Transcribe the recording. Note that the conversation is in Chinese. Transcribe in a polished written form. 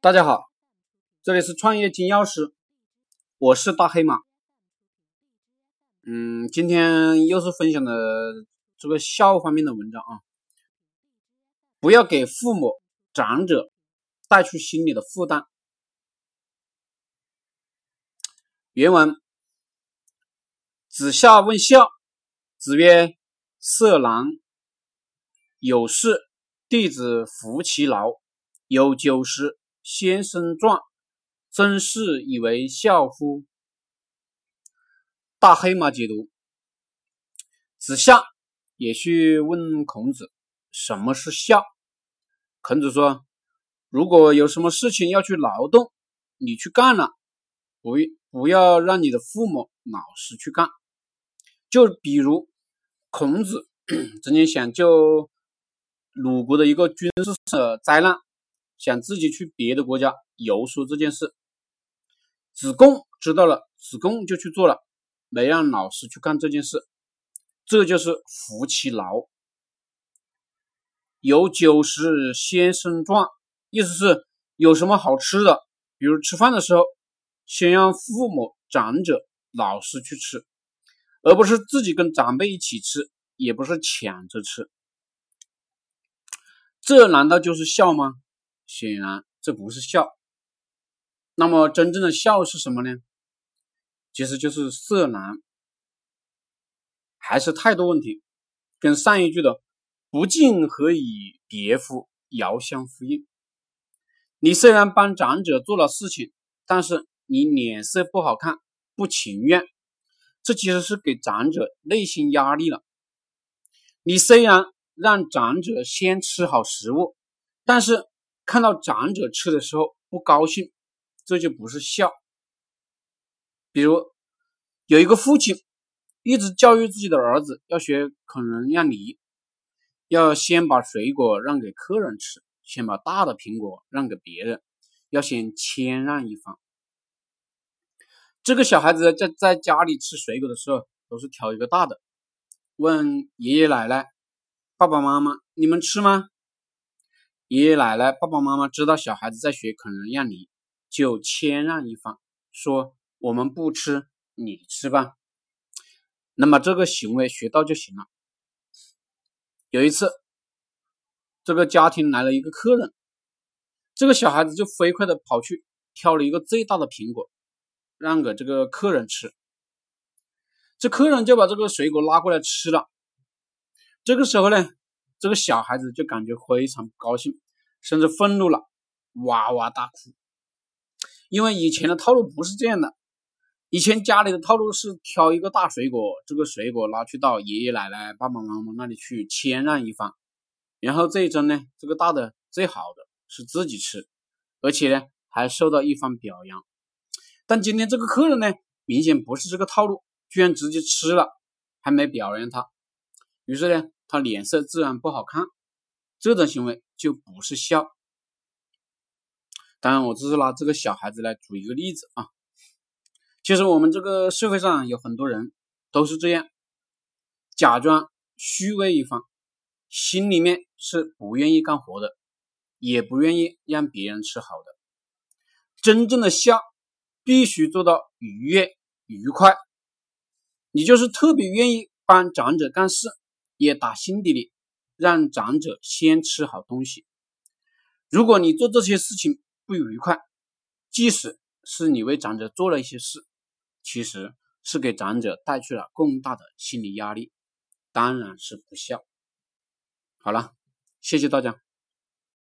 大家好，这里是创业金钥匙，我是大黑马。今天又是分享的这个孝方面的文章啊。不要给父母长者带去心理的负担。原文：子夏问孝，子曰：色难。有事，弟子服其劳；有酒食，先生传。曾是以为孝乎？大黑马解读：子夏也去问孔子什么是孝。孔子说，如果有什么事情要去劳动，你去干了，不要让你的父母老是去干。就比如孔子曾经想救鲁国的一个军事灾难，想自己去别的国家游说这件事。子贡知道了，子贡就去做了，没让老师去干这件事，这就是服其劳。有酒食，先生传，意思是有什么好吃的，比如吃饭的时候，先让父母长者老师去吃，而不是自己跟长辈一起吃，也不是抢着吃。这难道就是孝吗？显然这不是孝。那么真正的孝是什么呢？其实就是色难，还是态度问题，跟上一句的不敬何以别乎遥相呼应。你虽然帮长者做了事情，但是你脸色不好看，不情愿，这其实是给长者内心压力了。你虽然让长者先吃好食物，但是看到长者吃的时候不高兴，这就不是孝。比如有一个父亲一直教育自己的儿子要学孔融让梨，要先把水果让给客人吃，先把大的苹果让给别人，要先谦让一方。这个小孩子在家里吃水果的时候都是挑一个大的，问爷爷奶奶爸爸妈妈你们吃吗？爷爷奶奶爸爸妈妈知道小孩子在学孔融让梨，就谦让一方，说我们不吃，你吃吧。那么这个行为学到就行了。有一次这个家庭来了一个客人，这个小孩子就飞快的跑去挑了一个最大的苹果让给这个客人吃，这客人就把这个水果拉过来吃了。这个时候呢，这个小孩子就感觉非常不高兴，甚至愤怒了，哇哇大哭。因为以前的套路不是这样的，以前家里的套路是挑一个大水果，这个水果拿去到爷爷奶奶爸爸妈妈那里去谦让一方，然后这一针呢，这个大的最好的是自己吃，而且呢还受到一番表扬。但今天这个客人呢，明显不是这个套路，居然直接吃了，还没表扬他，于是呢他脸色自然不好看，这种行为就不是孝。当然我只是拿这个小孩子来举一个例子啊。其实我们这个社会上有很多人都是这样，假装虚伪一方，心里面是不愿意干活的，也不愿意让别人吃好的。真正的孝必须做到愉悦愉快，你就是特别愿意帮长者干事，也打心底里让长者先吃好东西。如果你做这些事情不愉快，即使是你为长者做了一些事，其实是给长者带去了更大的心理压力，当然是不孝。好了，谢谢大家。